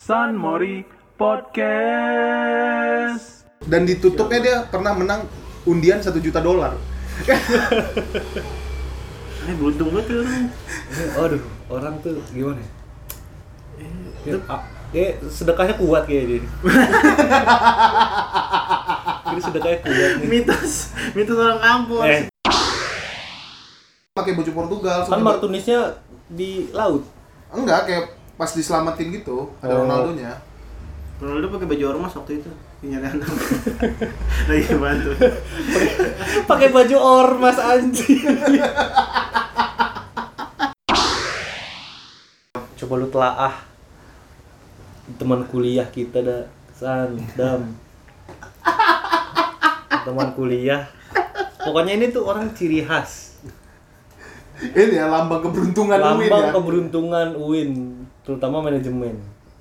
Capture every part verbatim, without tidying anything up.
San Mori Podcast. Dan ditutupnya dia pernah menang undian satu juta dolar. Ini beruntung banget tuh orang. Aduh, orang tuh gimana ya? Ya, ah, ya sedekahnya kuat kayak dia. Ini sedekahnya kuat nih. Mitos, mitos orang kampung. Eh, Pakai baju Portugal. kan soalnya- Martineznya di laut. Enggak, kayak pas diselamatin gitu. Ada Oh. Ronaldonya. Ronaldo pakai baju ormas waktu itu. Nyari anak. Lagi bantu. Pakai baju ormas anjing. Coba lu telaah teman kuliah kita dah, San, Dam. Teman kuliah. Pokoknya ini tuh orang ciri khas. Ini ya lambang keberuntungan Uin Lambang ya. keberuntungan U I N, terutama manajemen.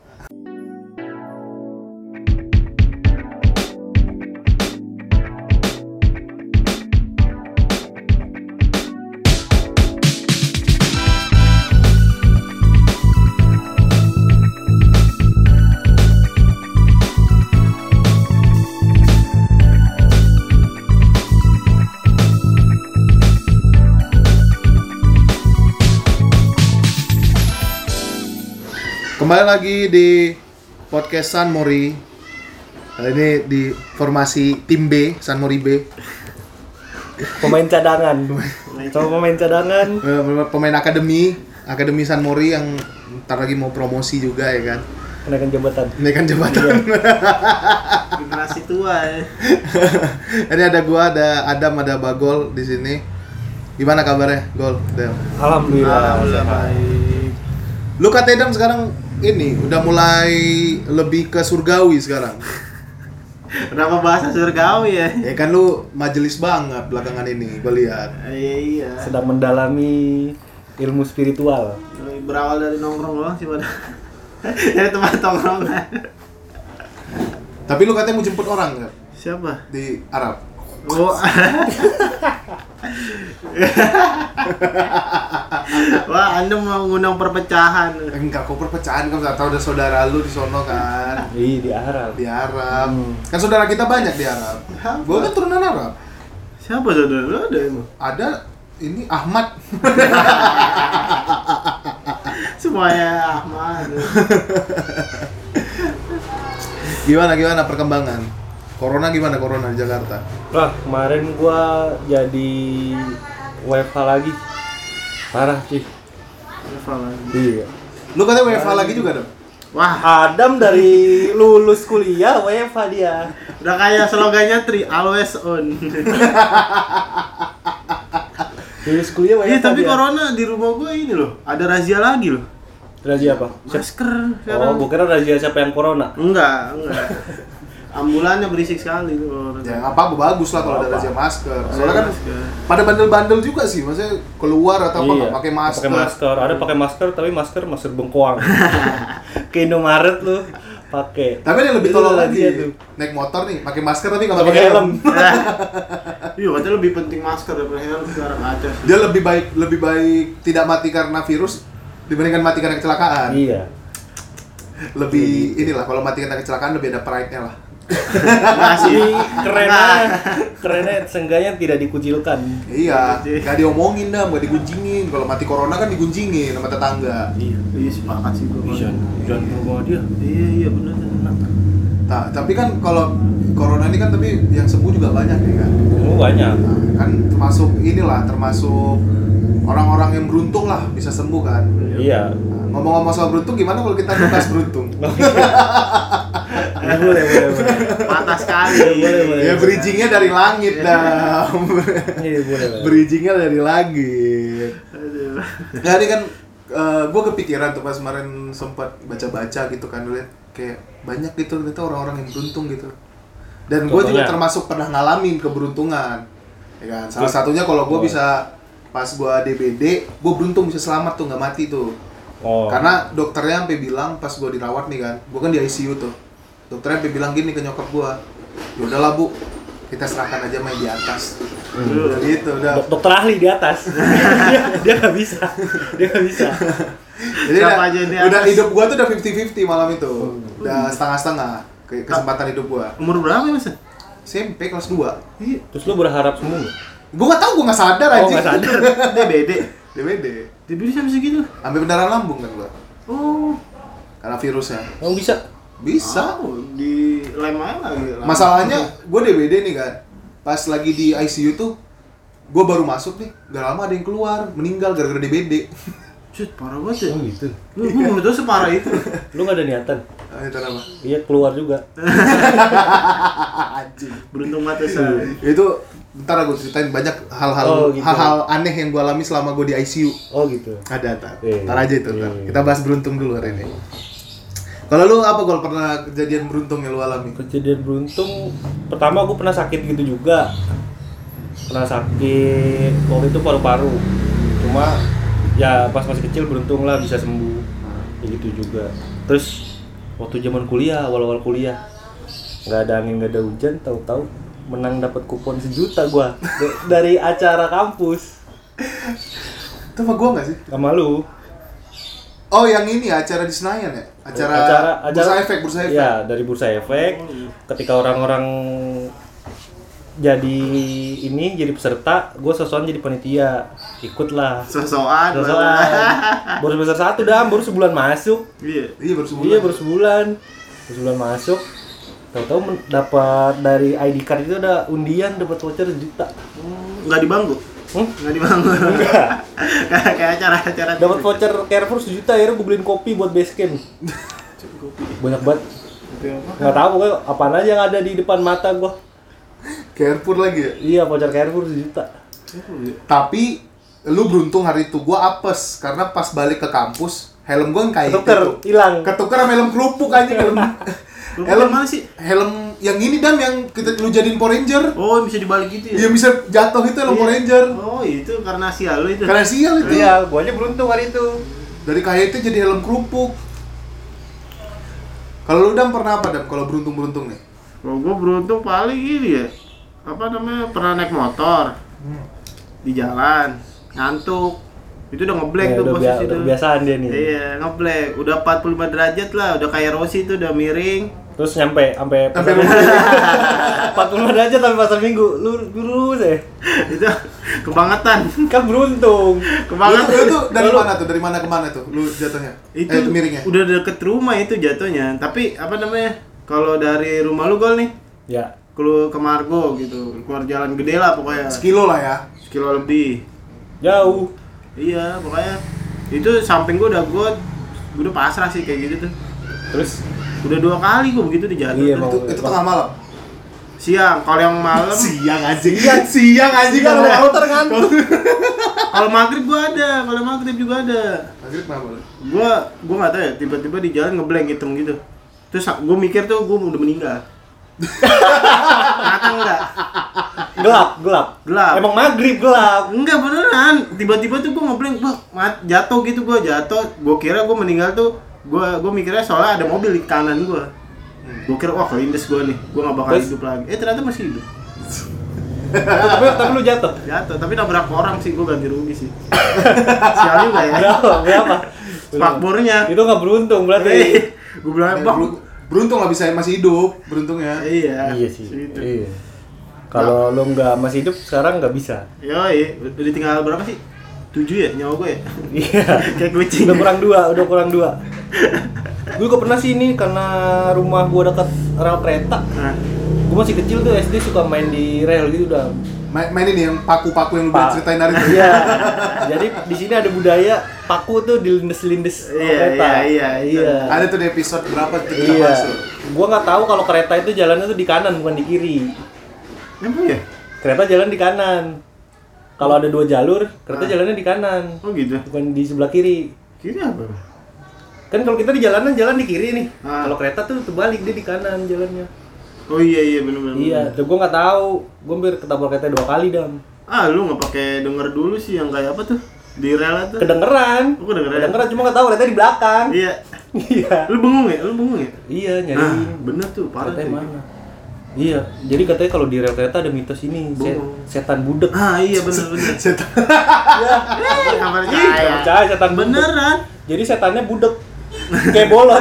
Kembali lagi di podcast San Mori. Kali ini di formasi tim B, San Mori B. Pemain cadangan. Coba pemain cadangan. Eh, Pemain akademi, akademi San Mori yang ntar lagi mau promosi juga ya kan. Kenaikan jabatan. Ini kan jabatan. Generasi tua ya. Ini ada gua, ada Adam, ada Bagol di sini. Gimana kabarnya, Gol? Del? Alhamdulillah. Alhamdulillah sehat. baik. Lu kata Adam sekarang ini udah mulai lebih ke surgawi sekarang. Kenapa bahasa surgawi ya? Ya kan lu majelis banget belakangan ini, gua lihat. Iya iya. Sedang mendalami ilmu spiritual. Berawal dari nongkrong doang sih pada. Dari tempat tongkrongan. Tapi lu katanya mau jemput orang nggak? Siapa? Di Arab. Oh. Wah, Anda mau ngundang perpecahan. Eh, enggak, kok perpecahan, kamu nggak tahu ada saudara lu di sono kan. Ih, di Arab. Di Arab. Hmm. Kan saudara kita banyak di Arab. Apa? Gua kan turunan Arab. Siapa saudara lu ada emang? Ada ini Ahmad. Semuanya Ahmad. Gimana gimana perkembangan? Corona gimana corona di Jakarta? Wah, kemarin gua jadi W F H lagi. Parah, sih. Siapa lagi? Iya. Lu katanya W F H lagi juga dong? Wah, Adam dari lulus kuliah W F H dia. udah kayak slogannya Tri, always on. Lulus kuliah W F H Iya, tapi dia. corona di rumah gue ini loh, ada razia lagi loh. Razia apa? Masker Oh, sekarang. gua kira razia siapa yang corona. Enggak, enggak. Ambulannya berisik sekali tuh orang. Ya nggak apa-apa, bagus lah kalau ada Apa? razia masker. Soalnya kan Masker. pada bandel-bandel juga sih, maksudnya keluar atau apa Iya, nggak pakai masker. Pakai masker. Ada pakai masker tapi masker masker bengkoang. Ke Indomaret lu pakai. Tapi ada yang lebih Itu tolol razia lagi. tuh. Naik motor nih, pakai masker tapi nggak Nggak pakai pakai helm. Iya, katanya lebih penting masker daripada helm sekarang aja. Dia lebih baik lebih baik tidak mati karena virus dibandingkan mati karena kecelakaan. Iya. Lebih inilah kalau mati karena kecelakaan lebih ada pride-nya lah. Masih Kerennya, kerennya seenggaknya tidak dikucilkan. Iya, nggak diomongin dah, nggak digunjingin. Kalau mati corona kan digunjingin sama tetangga. Iya, iya sepakat sih gue. Jangan, jangan ke rumah dia. Iya, iya benar benar. Ta- tapi kan kalau corona ini kan tapi yang sembuh juga banyak ya kan. Oh, banyak. Nah, kan termasuk inilah, termasuk orang-orang yang beruntung lah bisa sembuh kan. Iya. Nah, ngomong-ngomong soal beruntung, gimana kalau kita bahas beruntung? Boleh, boleh, boleh. Patah sekali. Boleh, boleh. Ya bridgingnya dari langit dah. Iya, boleh, boleh. Bridgingnya dari langit. Aduh. Nah ini kan gue kepikiran tuh pas kemarin sempat baca-baca gitu kan, lihat kayak banyak gitu ternyata orang-orang yang beruntung gitu. Dan gue juga Contohnya? termasuk pernah ngalamin keberuntungan, ya kan. Salah satunya kalau gue Oh. bisa pas gue D B D, gue beruntung bisa selamat tuh, nggak mati tuh. Oh. Karena dokternya sampai bilang pas gue dirawat nih kan, gue kan di I C U tuh. Dokternya sampai bilang gini ke nyokap gue, ya udahlah bu, kita serahkan aja main di atas. Udah gitu, udah. Dok- dokter ahli di atas. dia dia nggak bisa. Dia nggak bisa. Jadi Siapa udah, aja di udah atas? hidup gua tuh udah fifty fifty malam itu. Udah setengah-setengah ke- kesempatan hidup gua. Umur berapa ya, Mas? S M P kelas dua. Iya. Terus lu berharap sembuh nggak? Gua nggak tahu, gua nggak sadar Oh, aja. nggak sadar. D B D. D B D. D B D sampai segitu. Ambil pendarahan lambung kan gua. Oh. Karena virusnya. Kamu bisa? Bisa. Oh, di lem aja lagi. Masalahnya gua D B D nih kan. Pas lagi di I C U tuh gua baru masuk nih, gak lama ada yang keluar, meninggal gara-gara D B D. Cut, parah banget ya. Oh gitu. Lu gua menurut gua separah itu. Lu nggak ada niatan? Ah, itu apa? Iya keluar juga. Anjing. Beruntung mata saya. Itu ntar aku ceritain banyak hal-hal Oh, gitu. hal-hal aneh yang gua alami selama gua di I C U. Oh gitu. Ada, ntar. Iya. Ntar aja itu, ntar. Iya. Kita bahas beruntung dulu hari ini. Kalau lu apa kalau pernah kejadian beruntung yang lu alami? Kejadian beruntung, pertama aku pernah sakit gitu juga. Pernah sakit waktu itu paru-paru. Cuma ya pas masih kecil beruntung lah bisa sembuh. Kayak gitu juga. Terus waktu zaman kuliah, awal-awal kuliah, nggak ada angin, nggak ada hujan, tahu-tahu menang dapat kupon sejuta gua D- dari acara kampus. Itu sama gua nggak sih? Sama lu. Oh, yang ini acara di Senayan ya? Acara, acara, Bursa acara Efek, Bursa Efek. Ya, dari Bursa Efek. Ketika orang-orang jadi ini, jadi peserta, gue sosokan jadi panitia. Ikutlah. Sosokan. Sosokan. Baru semester satu dah, baru sebulan masuk. Iya. Iya, baru sebulan. Iya, baru sebulan. Baru sebulan masuk. Tahu-tahu men- dapat dari I D card itu ada undian, dapat voucher sejuta. Enggak di bangku. Hmm? Enggak di bangku. Enggak. Kayak kayak acara-acara. Dapat voucher Carrefour sejuta, akhirnya gue beliin kopi buat base camp. Banyak banget. Nggak tahu pokoknya apaan aja yang ada di depan mata gue. Carrefour lagi ya? Iya, voucher Carrefour sejuta. Tapi lu beruntung hari itu, gua apes karena pas balik ke kampus helm gua kan kayak Ketuker, gitu. hilang. Ketuker sama helm kerupuk aja helm. Lu helm mana sih? Helm yang ini dan yang kita lu jadiin Power Ranger. Oh, bisa dibalik gitu ya? Dia bisa jatuh itu helm Iya. Power Ranger. Oh, itu karena sial lu itu. Karena sial itu. Iya, gua aja beruntung hari itu. Dari kayak itu jadi helm kerupuk. Kalau lu Dam pernah apa Dam kalau beruntung-beruntung nih? Kalau gua beruntung paling gini ya. Apa namanya? Pernah naik motor. Di jalan, ngantuk. Itu udah ngeblank Ya, tuh udah, posisi bia- tuh. udah kebiasaan dia nih. Iya, ngeblank. Udah empat puluh lima derajat lah, udah kayak Rossi tuh udah miring. Terus nyampe sampai Sampai pasar minggu. empat puluh lima derajat sampai pasar minggu. Lu lurus ya. Itu kebangetan. Kan beruntung. Lu, Kebangetan. tuh- lu tuh dari Lalu- mana tuh? Dari mana ke mana tuh? Lu jatuhnya? Itu, eh, itu miringnya. udah deket rumah itu jatuhnya. Tapi apa namanya? Kalau dari rumah lu Gol nih, Ya. kalau ke Margo gitu, keluar jalan gede lah pokoknya. Sekilo lah ya. Sekilo lebih. Jauh. Iya, pokoknya itu samping gua udah gua gua udah pasrah sih kayak gitu tuh. Terus Udah dua kali gua begitu di jalan. Iya, tuh. Bang. Itu, itu tengah malam. Siang, kalau yang malam, Siang anjing. Siang anjing Siang kalau udah malam. terngantuk. kalau maghrib gua ada, kalau maghrib juga ada. Maghrib kenapa lu? Gua gua nggak tahu ya, tiba-tiba di jalan ngeblank hitam gitu. Terus gua mikir tuh gua udah meninggal. Ternyata enggak. Gelap, gelap. Gelap. Emang maghrib gelap. Enggak beneran. Tiba-tiba tuh gua ngeblank, wah, mat, jatuh gitu gua jatuh. Gua kira gua meninggal tuh, gua gua mikirnya soalnya ada mobil di kanan gua. Gua kira wah kelindes gua nih, gua nggak bakal Terus? hidup lagi. Eh ternyata masih hidup. tapi tapi lu jatuh. Jatuh, tapi nabrak orang sih, gua ganti rugi sih. Sial juga ya. Berapa? Berapa? Spakbornya. Itu nggak beruntung berarti. Eh, gua bilang, Eh, "Bang, beruntung, beruntung lah bisa masih hidup, beruntungnya. iya." Iya sih. Gitu. Iya. Kalau lu nggak masih hidup sekarang nggak bisa. Yoi, udah ditinggal berapa sih? Tujuh ya nyawa gue ya? Iya. Kayak kucing. Udah kurang dua, udah kurang dua. Gue juga pernah sih ini karena rumah gua dekat rel kereta. Nah, Gue masih kecil tuh S D suka main di rel gitu udah. Main, main ini yang paku-paku yang lu Pa- ceritain hari itu. Iya. Jadi di sini ada budaya paku tuh dilindes-lindes Iya, kereta. iya, iya, itu. Iya. Ada tuh di episode berapa tuh kita Iya. bahas tuh. Gua nggak tahu kalau kereta itu jalannya tuh di kanan bukan di kiri. emang ya? Kereta jalan di kanan. Kalau ada dua jalur, kereta Ah. jalannya di kanan, Oh gitu. bukan di sebelah kiri. Kiri apa? Kan kalau kita di jalanan jalan di kiri nih. Ah. Kalau kereta tuh terbalik dia di kanan jalannya. Oh iya iya benar-benar. Iya, tuh gua nggak tahu. Gua hampir ketabrak kereta dua kali dam. Ah lu nggak pakai denger dulu sih yang kayak apa tuh di rel tuh? Kedengeran. Oh, kedengeran. Kedengeran cuma nggak tahu kereta di belakang. Iya. Iya. Lu bengong ya? Lu bengong ya? Iya, Nah, nyari bener tuh parah kereta tuh. mana. Iya, jadi katanya kalau di rel kereta ada mitos ini, se- setan budek. Ah iya bener-bener. Setan. Nggak percaya. Percaya setan budek. Beneran. Jadi setannya budek. Kayak bolot.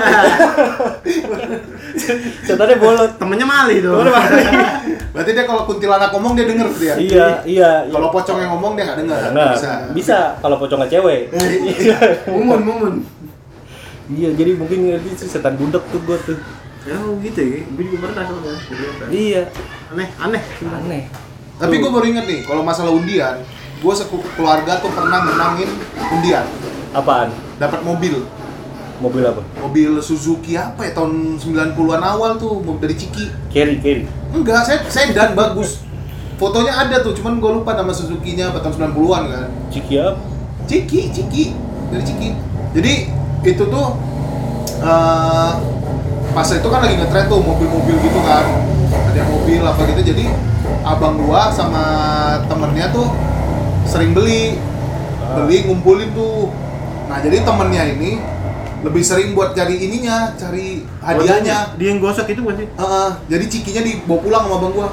Setannya bolot. Temennya Mali tuh. Berarti dia kalau kuntilanak ngomong dia denger dia. Iya, iya. Kalau pocong yang ngomong dia nggak dengar. Nah, Bisa. bisa kalau pocongnya cewek. Mumun mumun. Iya, jadi mungkin ngerti sih setan budek tuh gua tuh. Ya gitu ya. Gue juga pernah soalnya. Iya, Aneh aneh. aneh. Tapi gue baru inget nih, kalau masalah undian, gue sekeluarga tuh pernah menangin undian, Apaan? dapat mobil, Mobil apa? mobil Suzuki apa ya tahun sembilan puluhan awal tuh, mobil dari Ciki. Carry, carry. Enggak, saya sedan bagus. Fotonya ada tuh, cuman gue lupa nama Suzuki-nya apa tahun sembilan puluhan kan. Ciki apa? Ciki, Ciki, dari Ciki. Jadi itu tuh uh, pas itu kan lagi ngetren tuh mobil-mobil gitu kan, ada mobil apa gitu. Jadi abang gua sama temennya tuh sering beli, beli ngumpulin tuh. Nah jadi temennya ini lebih sering buat cari ininya, cari hadiahnya. Dia yang gosok itu bukan sih? Uh, jadi cikinya dibawa pulang sama abang gua.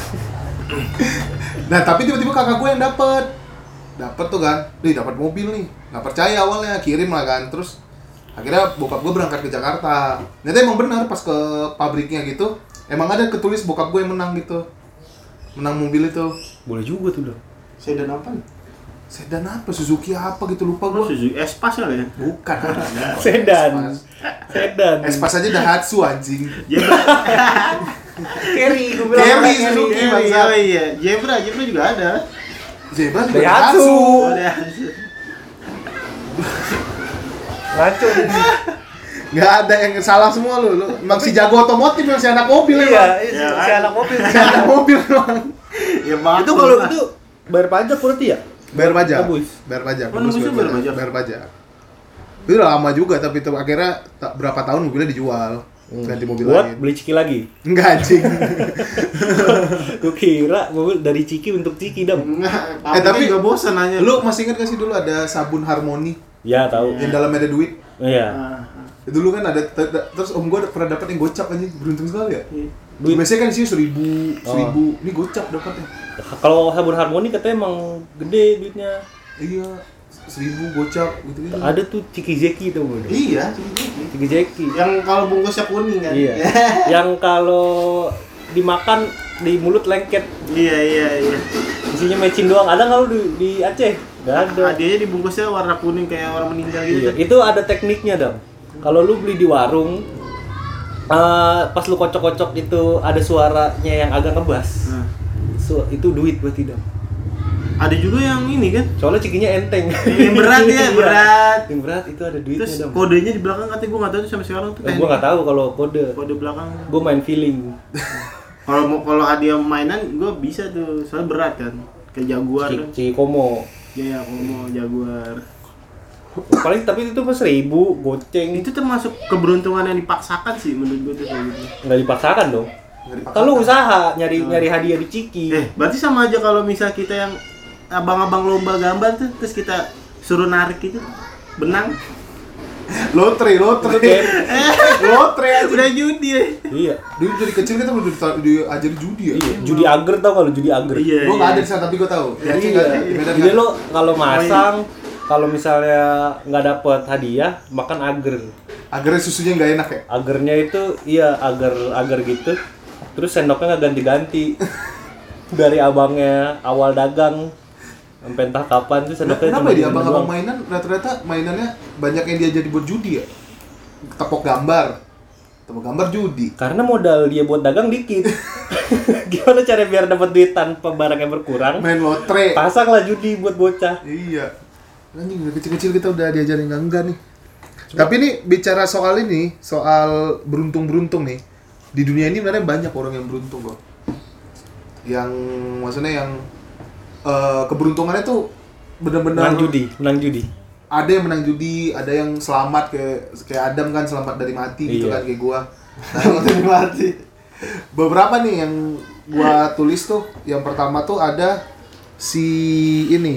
Nah tapi tiba-tiba kakak gua yang dapet, dapet tuh kan, nih dapat mobil nih, nggak percaya awalnya, kirim lah kan, terus akhirnya bokap gue berangkat ke Jakarta. Ternyata emang benar pas ke pabriknya gitu, emang ada ketulis bokap gue yang menang gitu, menang mobil itu. Boleh juga tuh dong. Sedan apa nih? Sedan apa? Suzuki apa gitu lupa Oh, gue. Suzuki Espas kali ya? Bukan. Sedan. Espas. Sedan. Espas aja Daihatsu anjing. Carry, gue Carry Suzuki Iya, bangsa. oh iya, Zebra, Zebra juga ada. Zebra juga Daihatsu. Daihatsu. Oh, Daihatsu. Ngaco. Nggak ada yang salah semua lu. Lu emang si jago otomotif yang si anak mobil Iya, emang. iya, Ya, si kan? anak mobil. Si anak mobil emang. Ya, bagus Itu kalau lah. itu bayar pajak berarti ya? Bayar pajak. Tebus. Bayar pajak. Oh, Tebus nembusnya bayar pajak. Bayar pajak. Itu udah lama juga tapi itu akhirnya tak berapa tahun mobilnya dijual. Ganti mobil Buat lain. beli Ciki lagi. Enggak anjing. Gue kira mobil dari Ciki untuk Ciki dam. Enggak, Eh, tapi- juga bosan nanya. Lu masih ingat gak sih dulu ada sabun Harmoni Ya tahu. yang dalamnya ada duit? Iya. Ah, Dulu kan ada t- t- terus om gua pernah dapat yang gocap anjing, beruntung sekali ya. iya. Duit biasanya kan sih seribu, Oh. seribu, ini gocap dapatnya. Kalau sabun Harmoni katanya emang gede duitnya. Iya, seribu gocap gitu gitu. Ada tuh Ciki Zeki tuh gue. Iya, Ciki Zeki. yang kalau bungkusnya kuning kan. Iya. Yang kalau dimakan di mulut lengket, Iya, iya, iya. isinya mecin doang. Ada nggak lu di, di Aceh? Nggak ada. Hadiahnya dibungkusnya warna kuning kayak orang meninggal gitu. Iya. Itu ada tekniknya dong. Kalau lu beli di warung, eh, pas lu kocok-kocok itu ada suaranya yang agak ngebas. Nah. So, itu duit berarti dong. Ada juga yang ini kan. Soalnya cikinya enteng. Yang berat ya, Iya. berat. Yang berat itu ada duitnya Terus dong. kodenya di belakang katanya gue nggak tahu tuh sampai sekarang tuh. Eh, gua nggak tahu kalau kode. Kode belakang. Gua main feeling. Kalau mau kalau hadiah mainan gue bisa tuh, soalnya berat kan. Kayak Jaguar kan. Ciki Komo. Iya, aku mau Jaguar. Paling tapi itu pas seribu goceng. Itu termasuk keberuntungan yang dipaksakan sih menurut gue tuh kayak gitu. Nggak dipaksakan dong. Nggak dipaksakan. Kalau usaha nyari nyari hadiah di Ciki. Eh, berarti sama aja kalau misal kita yang abang-abang lomba gambar tuh, terus kita suruh narik itu benang. Lotre, lotre. Kayak- Lotre aja. Udah judi ya. Iya. Dulu dari kecil kita udah dita- diajarin judi ya. Iya. Judi ager tau kalau judi ager. Iya. Gua nggak ada di sana tapi gua tahu. Iya, Aceh iya. nggak ada. Di Medan Jadi nggak ada. lo kalau masang, kalau misalnya nggak dapet hadiah, makan ager. Agarnya susunya nggak enak ya. Agernya itu iya agar agar gitu. Terus sendoknya nggak ganti-ganti. Dari abangnya awal dagang sampai entah kapan tuh sendoknya Kenapa cuma ya di gini abang-abang doang. mainan rata-rata mainannya banyak yang dia jadi buat judi ya? Tepok gambar. Tepok gambar judi. Karena modal dia buat dagang dikit. Gimana cara biar dapat duit tanpa barangnya berkurang? Main lotre. Pasanglah judi buat bocah. Iya. Anjing dari kecil-kecil kita udah diajarin enggak enggak nih. Tapi nih bicara soal ini, soal beruntung-beruntung nih. Di dunia ini sebenarnya banyak orang yang beruntung kok. Yang maksudnya yang eh, keberuntungannya tuh benar-benar Menang judi, menang judi. ada yang menang judi, ada yang selamat kayak kayak Adam kan selamat dari mati gitu Iya. kan kayak gua. Selamat dari mati. Beberapa nih yang gua tulis tuh, yang pertama tuh ada si ini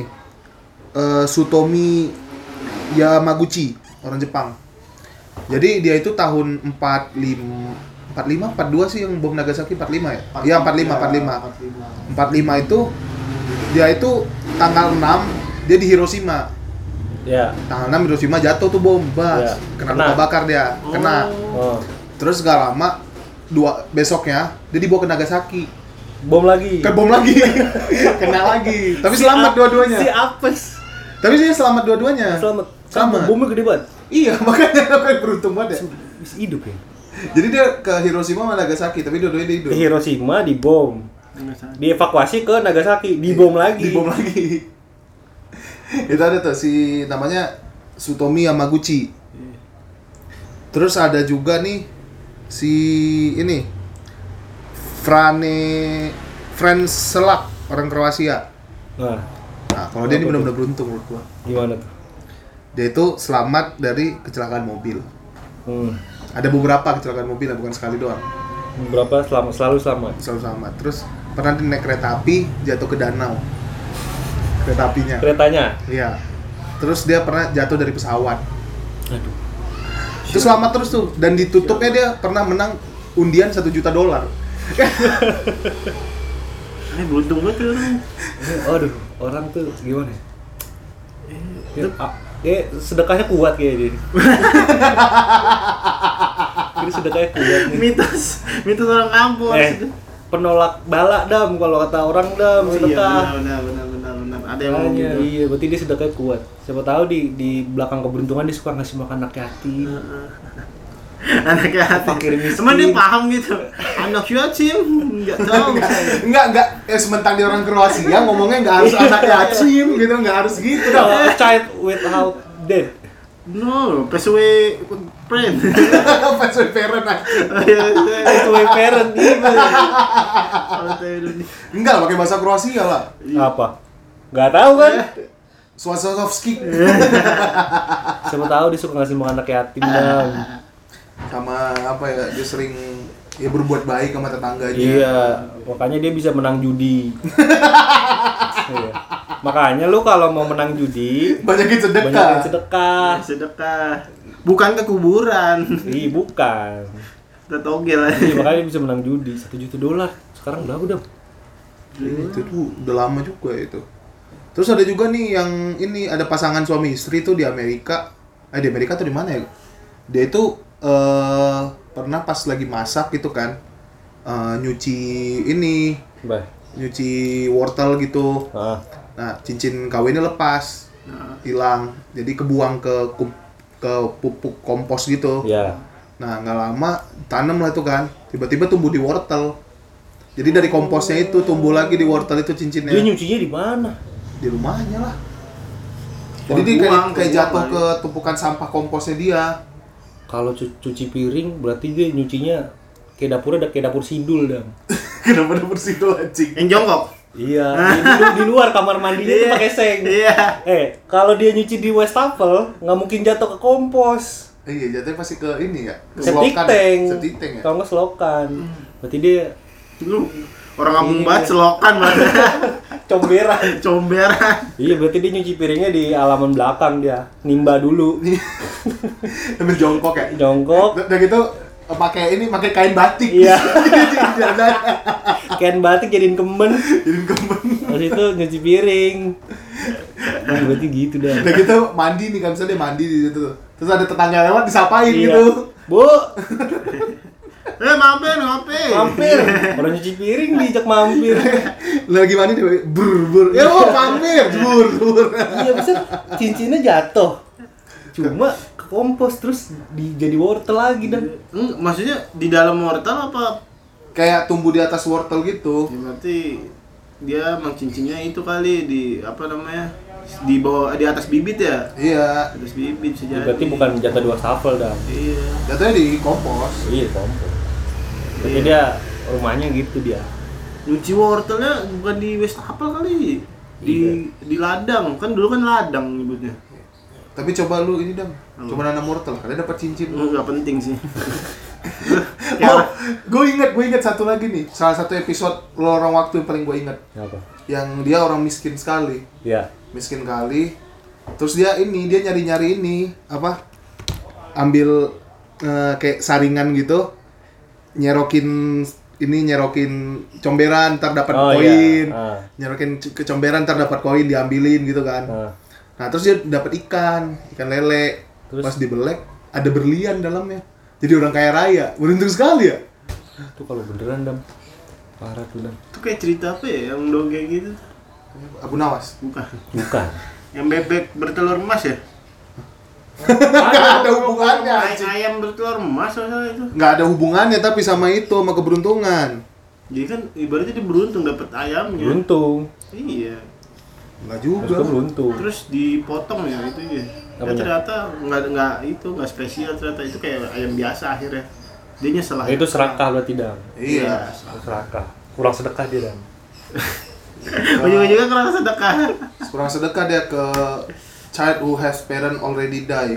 eh, Sutomi Yamaguchi, orang Jepang. Jadi dia itu tahun empat puluh lima empat puluh lima, empat puluh dua sih yang bom Nagasaki empat puluh lima ya? Iya empat puluh lima, empat puluh lima. empat puluh lima. empat puluh lima itu dia itu tanggal enam dia di Hiroshima. Ya. Tanggal enam Hiroshima jatuh tuh bom, bas. Ya. Kena Kena. luka bakar dia, kena. Oh. Terus gak lama dua besoknya dia dibawa ke Nagasaki. Bom lagi. Ke bom lagi. Kena lagi. Tapi Si selamat ap- dua-duanya. Si apes. Tapi dia selamat dua-duanya. Selamat. Selamat. Bomnya gede banget. Iya, makanya aku beruntung banget ya. Bisa hidup ya. Jadi dia ke Hiroshima sama Nagasaki, tapi dua-duanya dia hidup. Ke Hiroshima dibom. Nagasaki. Dievakuasi ke Nagasaki, dibom lagi. Dibom lagi. Itu ada tuh si namanya Sutomi Yamaguchi. Terus ada juga nih si ini Frane Franz Selak, orang Kroasia. Nah, Nah, kalau dia ini Apa benar-benar beruntung menurut gua. gimana tuh? Dia itu selamat dari kecelakaan mobil. Hmm. Ada beberapa kecelakaan mobil, bukan sekali doang. Berapa selama selalu selamat. Selalu selamat. Terus pernah dia naik kereta api jatuh ke danau. Kereta apinya. Keretanya. Iya. Terus dia pernah jatuh dari pesawat. Aduh. Itu selamat terus tuh, dan ditutupnya dia pernah menang undian satu juta dolar. Ini beruntung banget tuh orang. Aduh, orang tuh gimana ya? Ya, ah, eh, sedekahnya kuat kayak dia. Ini sedekahnya kuat nih. Mitos, mitos orang kampung. Eh, penolak bala dam kalau kata orang dam Oh iya, sedekah. benar, benar, benar, benar. Ada yang ngomong Makanya, gitu. iya, berarti dia sedekahnya kuat. Siapa tahu di di belakang keberuntungan dia suka ngasih makan anak yatim. Anak yatim. Fakir miskin. Cuman dia paham gitu. Anak yatim, enggak tahu. Enggak, enggak, ya sementara dia orang Kroasia ngomongnya enggak harus anak yatim gitu, enggak harus gitu dong. A child without dead. No, P S W friend. Pas we parent aja. Itu way parent ini. Kalau tahu dulu nih. Enggak lah, pakai bahasa Kroasia lah. Apa? Gak tahu kan? Swasowski. Siapa tahu dia suka ngasih makan anak yatim dam. Sama apa ya, dia sering ya berbuat baik sama tetangganya. Iya, makanya dia bisa menang judi. Iya. Makanya lu kalau mau menang judi, Banyakin sedekah. banyakin sedekah. Sedekah. Bukan ke kuburan. Ih, bukan. Kita togel aja. Iya, makanya dia bisa menang judi satu juta dolar. Sekarang berapa dam? Itu tuh udah lama juga itu. Terus ada juga nih yang ini ada pasangan suami istri tuh di Amerika. Eh di Amerika tuh di mana ya? Dia itu eh pernah pas lagi masak gitu kan, eh, nyuci ini, Bah. nyuci wortel gitu. Ah. Nah cincin kawinnya lepas, hilang. Jadi kebuang ke kum- ke pupuk kompos gitu. Ya. Nah nggak lama tanam lah itu kan, tiba-tiba tumbuh di wortel. Jadi dari komposnya itu tumbuh lagi di wortel itu cincinnya. Dia nyucinya di mana? Di rumahnya lah. Jadi dia Buang, kayak, kayak buang jatuh kali. ke tumpukan sampah komposnya dia. Kalau cu- cuci piring berarti dia nyucinya kayak dapurnya ada kayak dapur sidul dam. Kenapa ada bersih tuh anjing? Yang jongkok. Iya, di, di, di luar kamar mandinya tuh Iya. pakai seng. Iya. Eh, kalau dia nyuci di wastafel, nggak mungkin jatuh ke kompos. Eh, iya, jatuhnya pasti ke ini ya. Ke Septic selokan. tank. Septic tank ya. Kalau nggak selokan. Berarti dia Lu orang kampung Iya. banget selokan banget. comberan. Comberan. Iya, berarti dia nyuci piringnya di halaman belakang dia. Nimba dulu. Sambil jongkok ya. Jongkok. Udah gitu eh, pakai ini pakai kain batik. Iya. Jadi Kain batik jadiin kemen. jadi kemben. Terus itu nyuci piring. Nah, berarti gitu dah. Udah gitu mandi nih kan, misalnya dia mandi di situ. Terus ada tetangga lewat disapain Iya. gitu. Bu, Eh, mampir, mampir. mampir. Orang nyuci piring diajak mampir. Lagi mandi dia bur bur. Ya oh, mampir bur bur. Iya, bisa cincinnya jatuh. Cuma ke kompos terus di, jadi wortel lagi dan Enggak, maksudnya di dalam wortel apa? Kayak tumbuh di atas wortel gitu. Ya, berarti dia emang cincinnya itu kali di apa namanya? Di bawah di atas bibit ya? Iya. Atas bibit bisa jadi. berarti bukan jatuh di wastafel dah. Iya. Jatuhnya di kompos. Iya, kompos. Berarti Iya. dia rumahnya gitu dia. Nyuci wortelnya bukan di wastafel kali. Di Iya. di ladang. Kan dulu kan ladang nyebutnya. Tapi coba lu ini dam, Hmm. coba nanam wortel, kalian dapat cincin. Enggak penting sih. Oh, gue inget, gue inget satu lagi nih. Salah satu episode Lorong Waktu yang paling gue inget. Apa? Yang dia orang miskin sekali, Iya. miskin kali. Terus dia ini, dia nyari-nyari ini apa? Ambil eh, kayak saringan gitu. nyerokin ini nyerokin comberan ntar dapat Oh, koin. iya. Ah. Nyerokin c- ke comberan ntar dapat koin diambilin gitu kan. Ah. Nah, terus dia dapat ikan, ikan lele. Terus? Pas dibelek ada berlian dalamnya. Jadi orang kaya raya. Beruntung sekali ya. Itu kalau beneran Dam. Parah tuh Dam. Itu kayak cerita apa ya yang dongeng gitu? Abu Nawas. Bukan. Bukan. Yang bebek bertelur emas ya? Nggak ada hubungannya. Ay- anjing. ayam bertelur emas masalah itu. Nggak ada hubungannya tapi sama itu, sama keberuntungan. Jadi kan ibaratnya dia beruntung dapat ayamnya. Beruntung. Iya. Nggak Terus juga. gua beruntung. Terus dipotong ya itu ya. Ya Apanya? ternyata nggak nggak itu nggak spesial ternyata itu kayak ayam biasa akhirnya. Dia nyesel Nah, itu serakah berarti Dam. Iya. Itu serakah. Kurang sedekah dia Dam. Ujung-ujungnya kurang sedekah. Kurang sedekah dia ke child who has parent already die.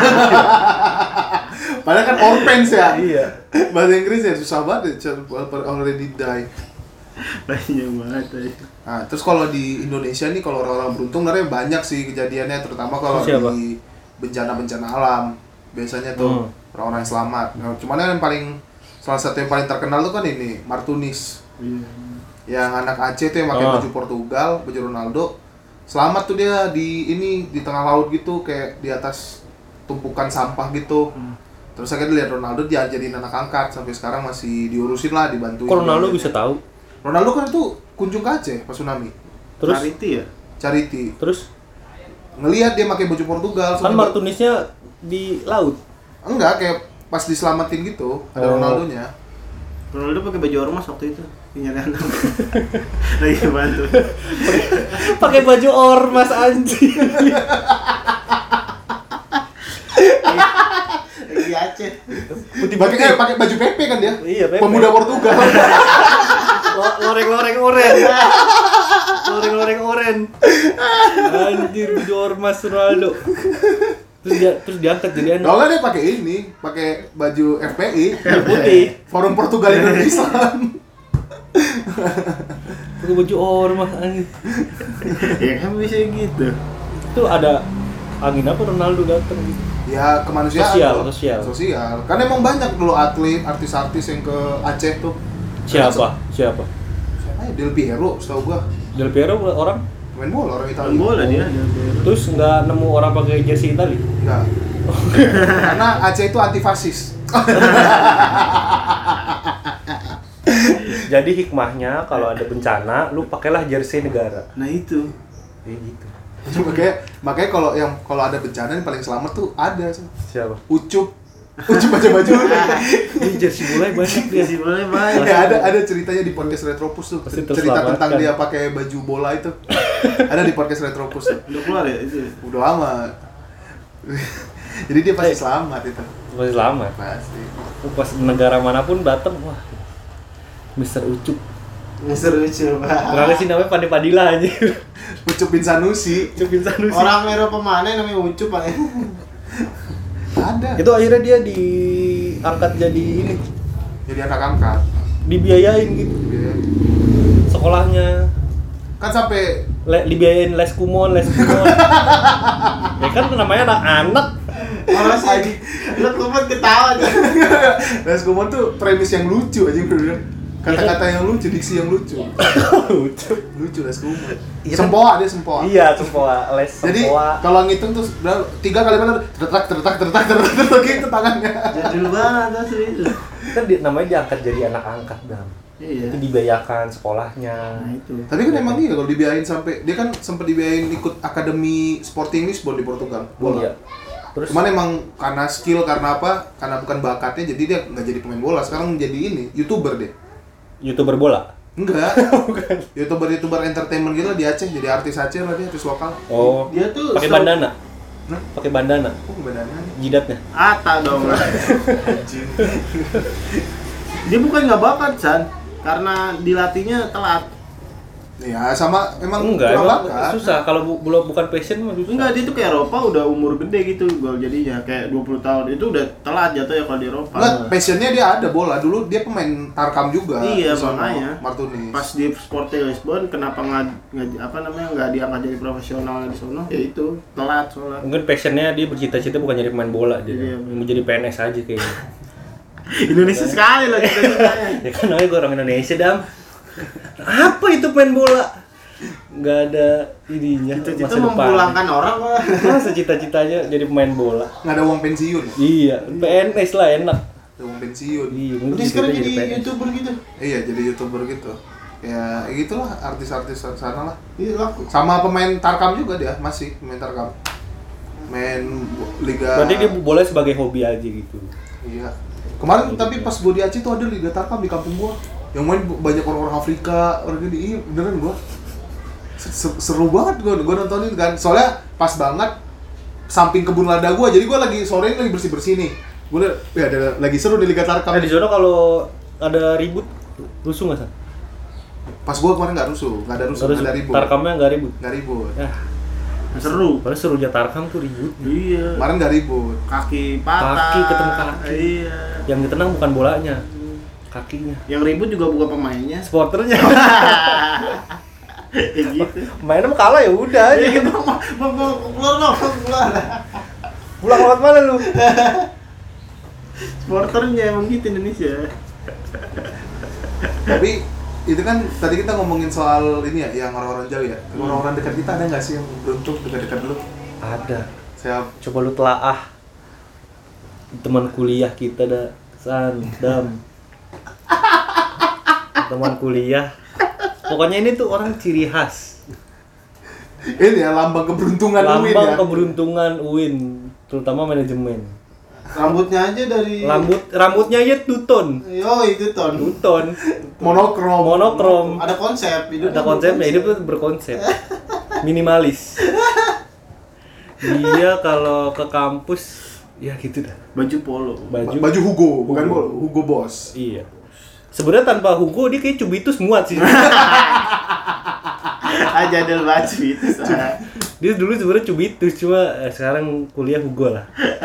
Padahal kan orphans ya. Iya. Bahasa Inggris ya susah banget ya, child who already die. Banyak banget aja. Nah, terus kalau di Indonesia nih kalau orang-orang beruntung sebenarnya banyak sih kejadiannya, terutama kalau Siapa? di bencana-bencana alam. Biasanya tuh Hmm. orang-orang yang selamat. Nah, cuman yang paling salah satu yang paling terkenal tuh kan ini Martunis. Iya. Yang anak Aceh tuh yang pakai Oh. baju Portugal, baju Ronaldo. Selamat tuh dia di ini di tengah laut gitu, kayak di atas tumpukan sampah gitu. Hmm. Terus akhirnya lihat Ronaldo dia jadiin anak angkat, sampai sekarang masih diurusin lah, dibantuin. Kok Ronaldo bisa tahu? Ronaldo kan itu kunjung ke Aceh pas tsunami. Terus Charity ya? Charity. terus Ngelihat dia pakai baju Portugal. kan sampai- Martunisnya di laut. Enggak, kayak pas diselamatin gitu, ada Oh. Ronaldonya. Ronaldo pakai baju ormas waktu itu. Nyari anak. Lagi bantu. Pakai baju ormas anjing. Lagi Aceh. Pakai eh, pakai baju Pepe kan dia? Iya, Pepe. Pemuda Portugal. Lo- loreng-loreng oren. Loreng-loreng oren. Anjir baju ormas Ronaldo. Terus dia terus diangkat jadi anak Kalau nggak dia pakai ini, pakai baju F P I, putih. Forum Portugal Indonesia. Pakai baju ormas anjing. Ya kan bisa gitu. Itu ada angin apa Ronaldo datang gitu. Ya kemanusiaan. Sosial, loh. sosial. Sosial. Kan emang banyak dulu atlet, artis-artis yang ke Aceh tuh. Siapa? Siapa? Siapa ya? Del Piero, setahu gua. Del Piero orang. Main bola orang Main Italia. bola dia. dia- dia. Terus nggak nemu orang pakai jersey Itali. Enggak. Karena Aceh itu antifasis. Jadi hikmahnya kalau ada bencana, lu pakailah jersey negara. Nah itu. Kayak gitu. makanya makanya kalau yang kalau ada bencana yang paling selamat tuh ada Siapa? Ucup. Ucup baca baju. Ini jersey bola banyak dia. Kasih boleh banyak. Ya ada ada ceritanya di podcast Retropus tuh. Pasti Cerita terselamatkan. tentang dia pakai baju bola itu. Ada di podcast Retropus tuh. Udah keluar ya itu. Udah amat. Jadi dia pasti selamat itu. Masih selamat. Pasti. Pas negara manapun datang, wah, Mister Ucup. Mister lucu. Kenapa sih namanya Pade Padilla aja? Ucup bin Sanusi. Ucupin Sanusi. Orang Eropa mana namanya Ucup Pak? Ada. Itu akhirnya dia diangkat jadi ini, Jadi anak angkat. dibiayain gitu. Dia- Sekolahnya, Kan sampai le, dibiayain les kumon, les kumon. Ya kan namanya anak-anak. Orang sih. Lu kumpul ketawa aja. Les Kumon tuh premis yang lucu aja bener. Kata-kata yang lucu, diksi yang lucu. Ucup. Lucu Les Kumon. Iya kan? Sempoa dia sempoa. Iya, sempoa les Jadi sempoa. kalau ngitung tuh berapa- tiga kali mana tertak tertak tertak tertak tertak gitu tangannya. Jadul banget asli itu. Kan di, namanya diangkat jadi anak angkat dan Iya. itu dibiayakan sekolahnya. Nah itu. Tapi kan emang iya kalau dibiayain sampai dia kan sempat dibiayain ikut akademi Sporting Lisbon di Portugal. Bola. Iya. Terus Cuman emang karena skill karena apa? Karena bukan bakatnya jadi dia nggak jadi pemain bola. Sekarang jadi ini YouTuber deh. YouTuber bola. Enggak. YouTuber YouTuber entertainment gitu lah di Aceh jadi artis Aceh lah dia artis lokal. Oh, Dia tuh pakai setahu- bandana. Nah, Pakai bandana. kok bedanya? Jidatnya. Ata dong. Dia bukan nggak bakat San, karena dilatihnya telat. Ya sama emang Enggak, kurang emang bakat. susah kalau bu, belum bukan passion mah susah. Enggak, dia tuh ke Eropa udah umur gede gitu gol jadinya kayak dua puluh tahun. Itu udah telat jatuh ya kalau di Eropa. Enggak, passionnya dia ada bola. Dulu dia pemain tarkam juga. Iya, di sono, makanya. Martunis. Pas di Sporting Lisbon kenapa nggak nggak- apa namanya nggak diangkat jadi profesional di sono? Ya itu telat soalnya. Mungkin passionnya dia bercita-cita bukan jadi pemain bola dia. Iya, mau jadi P N S aja kayaknya. Indonesia sekali lah kita ceritanya. Ya kan namanya gue orang Indonesia, Dam. Apa itu main bola? Nggak ada ininya. Cita-cita masa depan. memulangkan orang lah. Masa cita-citanya jadi pemain bola? Nggak ada uang pensiun. Iya, P N S lah enak. Ada uang pensiun. Iya, Udah sekarang jadi P N S. YouTuber gitu. Iya, jadi YouTuber gitu. Ya, gitulah artis-artis sana lah. Iya laku. Sama pemain Tarkam juga dia, masih pemain Tarkam. Main bo- liga. Berarti dia bola sebagai hobi aja gitu. Iya. Kemarin tapi pas gua di Aceh tuh ada liga Tarkam di kampung gua. Yang main banyak orang-orang Afrika, orang ini. Iya, beneran gua. Se- Seru banget gua, gua nontonin kan. Soalnya pas banget samping kebun lada gua. Jadi gua lagi sore ini lagi bersih-bersih nih. Gua liat, ya ada lagi seru di liga Tarkam. Nah, di sana kalau ada ribut rusuh nggak sih? Pas gua kemarin nggak rusuh, nggak ada rusuh, nggak ada ribut. Tarkamnya nggak ribut. Nggak ribut. Ya, Seru. padahal serunya Tarkam tuh ribut. Iya. Kemarin nggak ribut. Kaki patah. Kaki ketemu kaki. Iya. Yang ditenang bukan bolanya, kakinya. Yang ribut juga bukan pemainnya. Supporternya. Kayak gitu. Mainnya mah kalah ya udah aja. Iya, bang, bang, bang, bang, keluar dong, keluar. Pulang lewat mana lu? Supporternya emang gitu Indonesia. Tapi itu kan tadi kita ngomongin soal ini ya, yang orang-orang jauh ya. Hmm. Orang-orang dekat kita ada nggak sih yang beruntung dekat-dekat dulu? Ada. Siap. Coba lu telaah. Teman kuliah kita dah, San, Dam. Teman kuliah. Pokoknya ini tuh orang ciri khas. Ini ya lambang keberuntungan Uin Lambang ya. keberuntungan U I N, terutama manajemen. Rambutnya aja dari Rambut rambutnya aja tuton. Yo, itu ton. Tuton. Monokrom. Monokrom. Ada konsep, hidup Ada konsepnya, hidup tuh berkonsep. Minimalis. Dia kalau ke kampus ya gitu dah. baju polo. Baju. Baju Hugo, bukan Hugo. Hugo, Hugo Boss. Iya. Sebenarnya tanpa Hugo dia kayak Cubitus muat sih. Aja ada baju itu. Sa. Dia dulu sebenarnya Cubitus cuma eh, sekarang kuliah Hugo lah.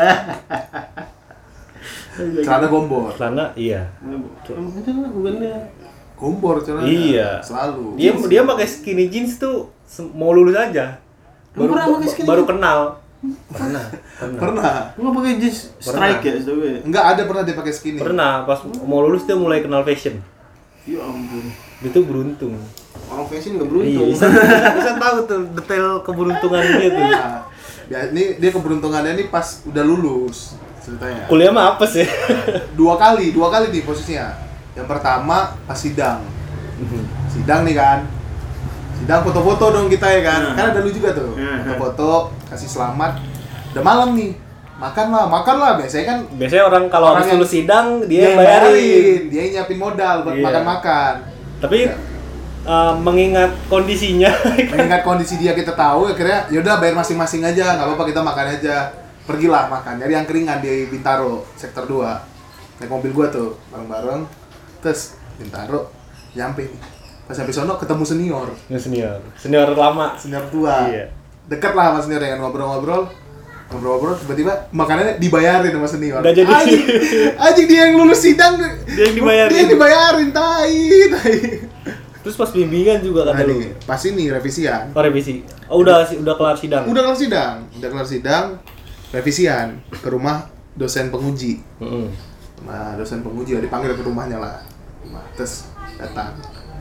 Celana gombor. Celana iya. Itu lah bukannya. Gombor celana. Iya. Selalu. Dia dia pakai skinny jeans tuh se- mau lulus aja. Lu Baru pernah pakai skinny baru jeans? kenal. Pernah. Pernah. Pernah. Lu pakai jeans strike ya, setahu gue. Enggak ada pernah dia pakai skinny. Pernah pas mau lulus dia mulai kenal fashion. Ya ampun. Dia tuh beruntung. Orang fashion enggak Iya, beruntung. bisa, bisa tahu tuh detail keberuntungan dia tuh. Nah, dia, ini dia keberuntungannya ini pas udah lulus ceritanya. Kuliah mah apa sih? Dua kali, dua kali di posisinya. Yang pertama pas sidang. Sidang nih kan. Sidang foto-foto dong kita ya kan. Hmm. Kan ada lu juga tuh. Hmm. Foto-foto, kasih selamat. Udah malam nih. Makan lah, makan lah. Biasanya kan Biasanya orang kalau Orang habis yang- lulus sidang dia dia yang yang bayarin. bayarin, dia yang nyiapin modal buat Iya. makan-makan. Tapi Ya. eh, mengingat kondisinya Mengingat kondisi dia kita tahu, akhirnya yaudah bayar masing-masing aja, nggak apa-apa kita makan aja. Pergilah makan, nyari yang keringan di Bintaro, sektor dua. Naik mobil gua tuh, bareng-bareng. Terus Bintaro, nyampe nih. Pas sampai sono ketemu senior, Yang senior, senior lama. senior tua. Iya. Deket lah sama senior yang ngobrol-ngobrol. Ngobrol-ngobrol, tiba-tiba makanannya dibayarin sama senior. Nggak jadi. Anjing, anjing dia yang lulus sidang. Dia yang dibayarin. Dia yang dibayarin, tai, tai. Terus pas bimbingan juga kata Nah, lu. nih, pas ini revisian. Oh, revisi. Oh, udah udah kelar sidang. Udah kelar sidang, udah kelar sidang, revisian ke rumah dosen penguji. Heeh. Nah, dosen penguji dipanggil ke rumahnya lah. Nah, terus datang.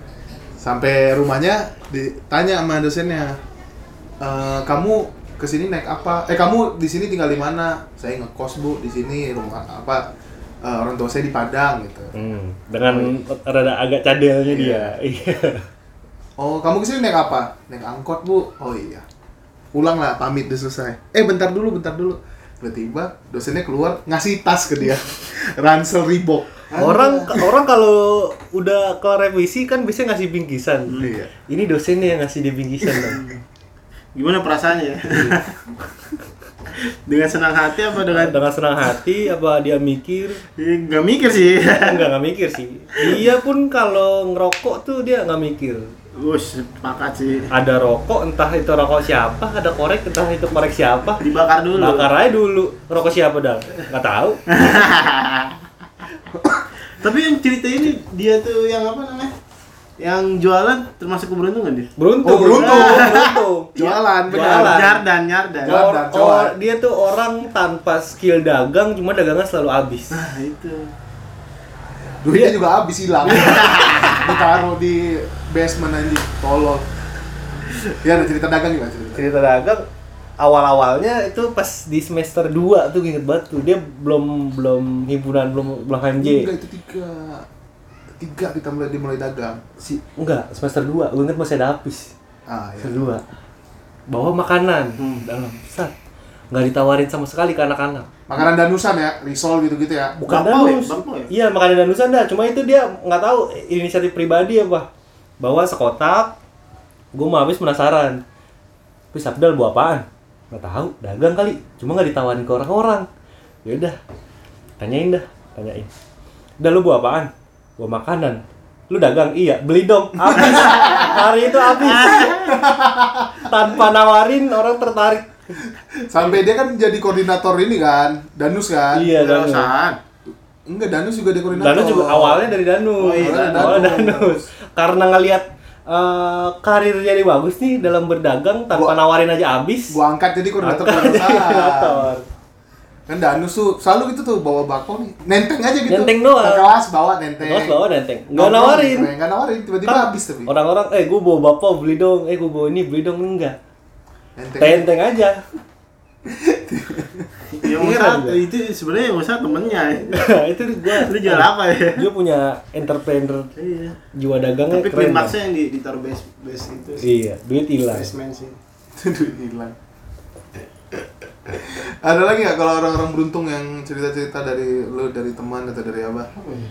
Sampai rumahnya ditanya sama dosennya, e, kamu kesini naik apa? Eh, kamu di sini tinggal di mana? Saya ngekos bu di sini, rumah apa? E, orang tua saya di Padang gitu. Hmm. Dengan rada agak cadelnya dia. Iya. Oh, kamu kesini naik apa? Naik angkot bu. Oh iya. Pulang lah, pamit udah selesai. Eh, bentar dulu, bentar dulu. Tiba-tiba dosennya keluar ngasih tas ke dia. Ransel Reebok. Orang orang kalau udah kelar revisi kan biasanya ngasih bingkisan. Iya. Ini dosennya yang ngasih dia bingkisan dong. Gimana perasaannya? Dengan senang hati apa dengan Dengan senang hati apa dia mikir? nggak mikir sih? Enggak, enggak mikir sih. Dia pun kalau ngerokok tuh dia nggak mikir. Us, sepakat sih. Ada rokok, entah itu rokok siapa, ada korek, entah itu korek siapa. Dibakar dulu. Bakar aja dulu. Rokok siapa dah? Nggak tahu. Tapi yang cerita ini dia tuh yang apa namanya? Yang jualan termasuk keberuntungan dia. Beruntung. Oh, beruntung. Beruntung. Jualan, benar. Jualan. Nyardan, nyardan. Jualan. Or, or, dia tuh orang tanpa skill dagang, cuma dagangnya selalu habis. Nah, itu. Duitnya juga habis hilang. Ditaruh di basement anjing, tolol. Ya ada cerita dagang gimana cerita? Cerita dagang awal-awalnya itu pas di semester dua tuh inget banget tuh. Dia belum belum himpunan, belum belum H M J. Enggak, itu tiga. Tiga kita mulai dimulai dagang. Si enggak, semester dua. Gue inget masih ada habis. Ah, ya. Semester dua. Bawa makanan hmm. dalam set. Nggak ditawarin sama sekali ke anak-anak. Makanan danusan ya, risol gitu-gitu ya. Bukan Bapau ya? danus. Bapau ya? Iya, makanan danusan dah. Cuma itu dia nggak tahu inisiatif pribadi apa. Bawa sekotak. Gue mau habis penasaran. Tapi Sabdal bawa apaan? Nggak tahu, dagang kali. Cuma nggak ditawarin ke orang-orang. Ya udah, tanyain dah, tanyain. Udah lu bawa apaan? Bawa makanan. Lu dagang? Iya, beli dong. Habis. Hari itu habis. Tanpa nawarin orang tertarik. Sampai dia kan jadi koordinator ini kan, Danus kan? Iya, Danus. Danus. Enggak, Danus juga dia koordinator. Danus juga awalnya dari Danus. Oh, iya, awalnya Danus. Danus. Karena ngelihat uh, karir jadi bagus nih dalam berdagang tanpa Gua- nawarin aja habis. Gua angkat jadi koordinator Angkat jadi koordinator. koordinator. Kan Danus tuh selalu gitu tuh bawa bako nih, nenteng aja gitu. Nenteng doang. Ke kelas bawa nenteng. Terus bawa nenteng. Enggak Nongkrong, nawarin. Enggak nawarin, tiba-tiba Kan habis tapi. Orang-orang, eh gue bawa bapak beli dong, eh gue bawa ini beli dong, enggak. Nenteng. Tenteng aja. Yang Heran usaha gua. itu sebenarnya yang usaha temennya. Itu gua Lu jual apa ya? Dia punya entrepreneur Iya. jiwa dagangnya Tapi keren. klimaksnya Bang. yang di, ditaruh base base itu. Iya, duit hilang. Basement sih. Duit hilang. Ada lagi nggak kalau orang-orang beruntung yang cerita-cerita dari lu, dari teman atau dari apa?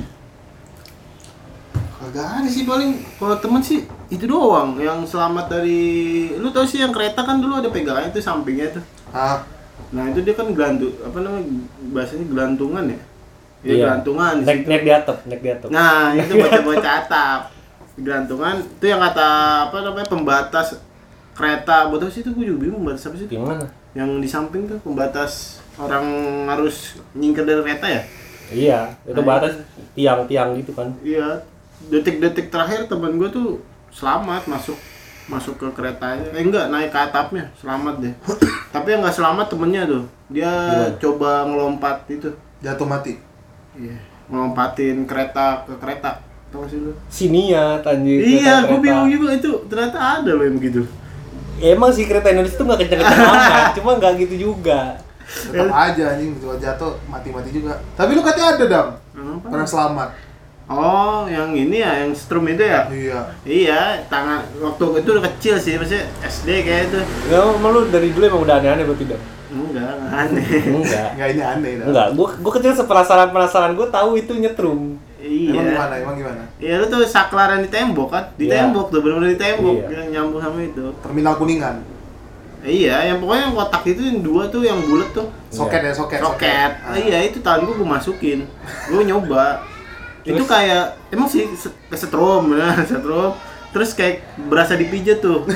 Kagak ada sih, paling kalau temen sih itu doang yang selamat dari, lu tau sih yang kereta kan dulu ada pegangannya tuh sampingnya tuh. Ah, Nah itu dia kan gelantung, apa namanya bahasanya gelantungan ya? Iya, Iya. gelantungan di Naik situ. naik di atap, naik di atap. Nah itu bocah-bocah atap. Gelantungan itu yang kata apa namanya pembatas kereta. Betul sih itu gue juga bingung pembatas apa sih itu? Gimana? Yang di samping tuh pembatas orang harus nyingkir dari kereta ya? Iya, itu Nah, batas tiang-tiang gitu kan. Iya, detik-detik terakhir temen gue tuh selamat masuk masuk ke keretanya. Eh enggak, naik ke atapnya, selamat deh. Tapi yang nggak selamat temennya tuh, dia Gimana? coba ngelompat itu. jatuh mati. Iya, ngelompatin kereta ke kereta. Tahu nggak sih lu? Siniat anjir. Iya, gue kereta-kereta. bingung juga itu. Ternyata ada loh yang begitu. Emang sih kereta Indonesia tuh nggak kenceng-kenceng amat, cuma nggak gitu juga. Tetap aja anjing, cuma jatuh mati-mati juga. Tapi lu katanya ada, Dam. Apa? Pernah selamat. Oh, yang ini ya, yang strum itu ya? Iya. Iya, tangan waktu itu udah kecil sih, maksudnya S D kayak itu. Nggak, emang lu dari dulu emang udah aneh-aneh berarti dah? Enggak, nggak aneh. Enggak. Enggak, ini aneh, Dam. Enggak, gua gua kecil sepenasaran-penasaran gua tahu itu nyetrum. Iya. Emang gimana? Emang gimana? Iya, lu tuh saklaran di tembok kan? Di Iya. tembok tuh, bener-bener di tembok Iya. yang nyambung sama itu. Terminal Kuningan. Iya, yang pokoknya yang kotak itu yang dua tuh yang bulat tuh. Soket ya, soket. Roket. Ah. Ah, iya, itu tangan gua gua masukin. Gua nyoba. Itu Terus? kayak emang sih se- kesetrum, ya, setrum. Terus kayak berasa dipijat tuh.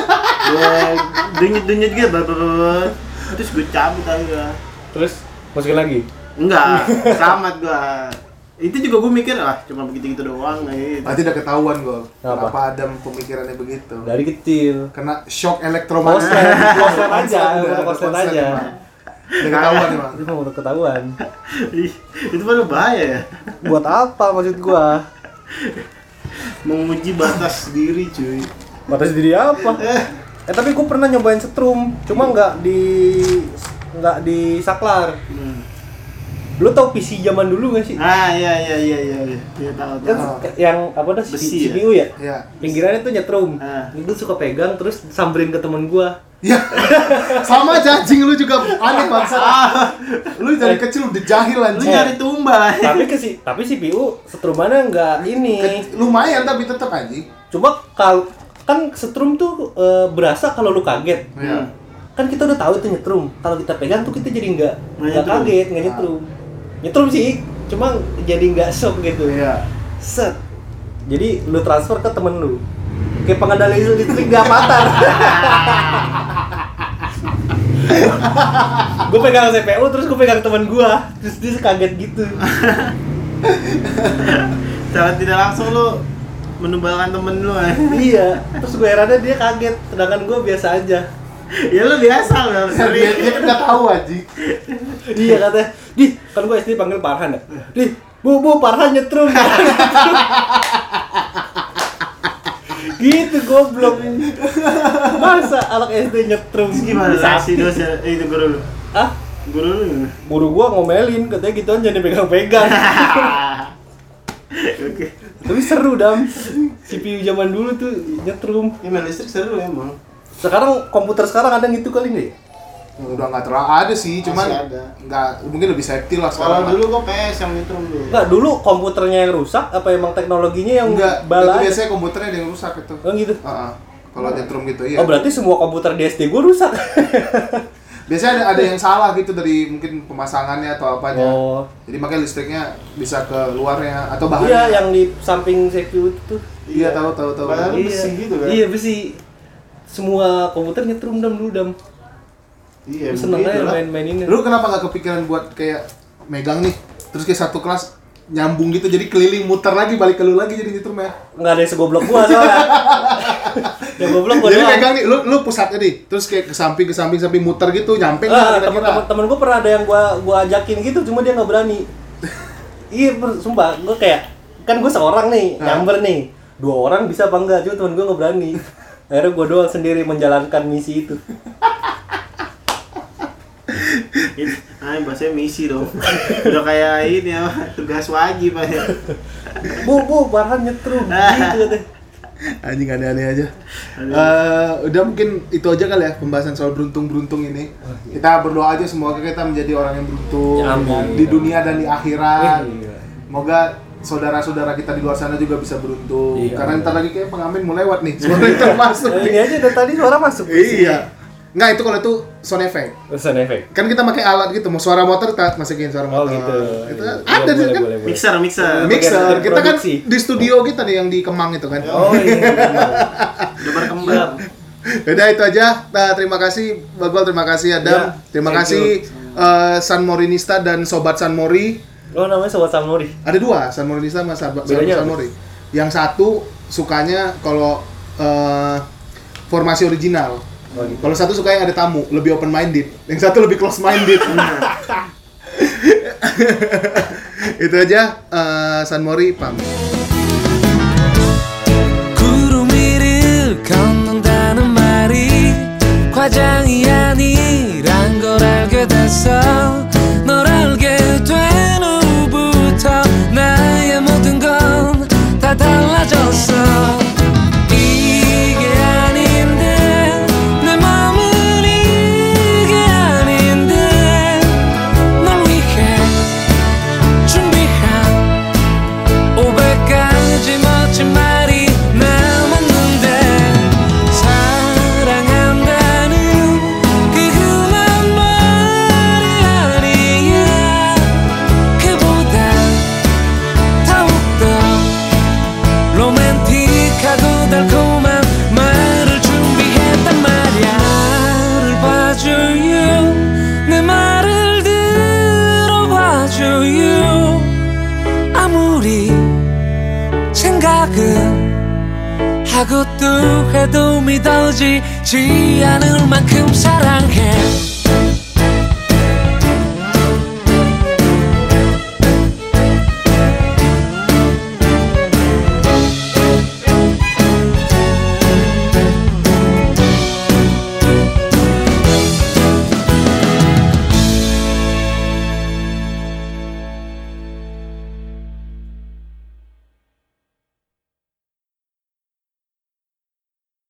Gua denyut-denyut gitu, bla, bla, bla, bla. Terus gue cabut aja. Terus masukin lagi. Enggak, selamat gua. Itu juga gue mikir, ah cuma begitu-gitu doang kayak gitu. Berarti udah ketahuan, Gol. Apa? Kenapa Adam pemikirannya begitu? Dari kecil. Kena shock Koslet, elektromagnetik. koslet aja, Udah, udah udah koslet koslet aja. emang. Udah ketahuan emang. Itu mah udah ketahuan. Ih, itu baru bahaya ya. Buat apa maksud gua? Menguji batas diri, cuy. Batas diri apa? Eh tapi gua pernah nyobain setrum, cuma nggak di nggak di saklar. Hmm. Lu tau P C zaman dulu nggak sih? Ah, iya iya iya iya. iya. Iya tahu Kan tahu. Ah. yang apa dah Besi C P U ya? Iya. Pinggirannya tuh nyetrum. Ah. Itu suka pegang terus samberin ke temen gua. Ya, sama aja anjing lu juga aneh bangsa. Lu dari kecil udah jahil Lu anjing. nyari tumbal. Tapi ke si tapi C P U setrumannya nggak ini. Ke- lumayan tapi tetap anjing. Cuma kalau kan setrum tuh e, berasa kalau lu kaget. Iya. Kan kita udah tahu itu nyetrum. Kalau kita pegang tuh kita jadi nggak Nggak nggak nyetrum. kaget, nggak nyetrum. Nyetrum sih, cuma jadi nggak shock gitu. Iya. Set. Jadi lu transfer ke temen lu. Kayak pengendali listrik di Avatar. Gue pegang C P U terus gue pegang temen gue, terus dia kaget gitu. Secara tidak langsung lu menumbalkan temen lu. Eh. Iya, terus gue herannya dia kaget, sedangkan gue biasa aja. Ya lu biasa lu Dia, sering. dia kan nggak tahu anjing. Iya katanya, di kan gue S D panggil Farhan ya. Di, Bu, bu, Farhan nyetrum. Gitu goblok. Masa anak S D nyetrum? Gimana sih dosen eh, itu guru lu? Ah, Guru lu. guru gua ngomelin katanya gituan jangan dipegang-pegang. Oke. Tapi seru dam. C P U zaman dulu tuh nyetrum. Email listrik seru emang. Sekarang komputer sekarang ada gitu kali nggak ya? Udah nggak terlalu ada sih, cuman Masih ada. nggak mungkin lebih safety lah Kalau sekarang. dulu gua P S yang nyetrum dulu. Enggak, dulu komputernya yang rusak apa emang teknologinya yang enggak, itu bala aja? biasanya komputernya ada yang rusak itu. Oh gitu. Heeh. Kalau nyetrum gitu iya. Oh berarti semua komputer di S D gua rusak. Biasanya ada ada yang salah gitu dari mungkin pemasangannya atau apanya. Oh. Jadi makanya listriknya bisa ke luarnya atau bahannya. Iya, yang di samping C P U itu. Iya, tahu tahu tahu. Bahan tahu. besi gitu kan? Iya, besi. Semua komputer nyetrum dam dulu dam. Iya, Lu seneng begitu aja lah. main-main ini. Lu kenapa nggak kepikiran buat kayak megang nih, terus kayak satu kelas nyambung gitu, jadi keliling muter lagi balik ke lu lagi jadi nyetrum ya? Nggak ada yang segoblok gua soalnya. Yang goblok gua Jadi doang. megang nih, lu lu pusatnya nih, terus kayak ke samping ke samping samping muter gitu, nyampe nggak Ah, kira-kira? teman-teman temen gua pernah ada yang gua gua ajakin gitu, cuma dia nggak berani. Iya, ber- sumpah, gua kayak kan gua seorang nih, Hah? nyamber nih. Dua orang bisa apa enggak, cuma temen gua nggak berani. Akhirnya gua doang sendiri menjalankan misi itu. Ah, bahasanya misi dong. Udah kayak ini apa? Tugas wajib aja. Bu, bu, Farhan nyetrum gitu katanya. Anjing aneh-aneh aja. Eh, udah mungkin itu aja kali ya pembahasan soal beruntung-beruntung ini. Kita berdoa aja semoga kita menjadi orang yang beruntung Ya, amin. di dunia dan di akhirat. Iya. Semoga saudara-saudara kita di luar sana juga bisa beruntung. Iya. Karena ntar lagi kayak pengamen mau lewat nih. Suara kita masuk. Nah, ini aja dari tadi suara masuk. Iya. Nggak, itu kalau itu sound effect. Sound effect. Kan kita pakai alat gitu, mau suara motor kita masukin suara Oh motor. gitu. Itu Iya, ada boleh, sih kan. boleh, boleh. Mixer, mixer. Mixer. Bagian Kita kan produksi. di studio kita nih yang di Kemang itu kan. Oh iya. Udah berkembang. Udah itu aja. Nah, terima kasih Bagol, terima kasih Adam. Ya, terima thank kasih eh, San Morinista dan Sobat San Mori. Oh namanya Sobat Samori. Ada dua, San Morinista sama Sobat Bedanya San apa? Mori. Yang satu sukanya kalau eh, formasi original. Oh gitu. Kalau satu suka yang ada tamu, lebih open minded. Yang satu lebih close minded. Itu aja eh, San Mori pamit. 구름 위를 걷는다는 말이 과장이 아니란 걸 알게 됐어. 널 알게 된 후부터 나의 모든 건 다 달라졌어. 이게 아닌데 내 맘은 이게 아닌데 널 위해 준비한 오백 가지 멋진 말이 남았는데 사랑한다는 그 흔한 말이 아니야. 그보다 더욱더 로맨틱하고 달콤한 말을 준비했단 말이야. 나를 봐줘요, 내 말을 들어봐줘요. 아무리 생각은 하고 또 해도 믿어지지 않을 만큼 사랑해.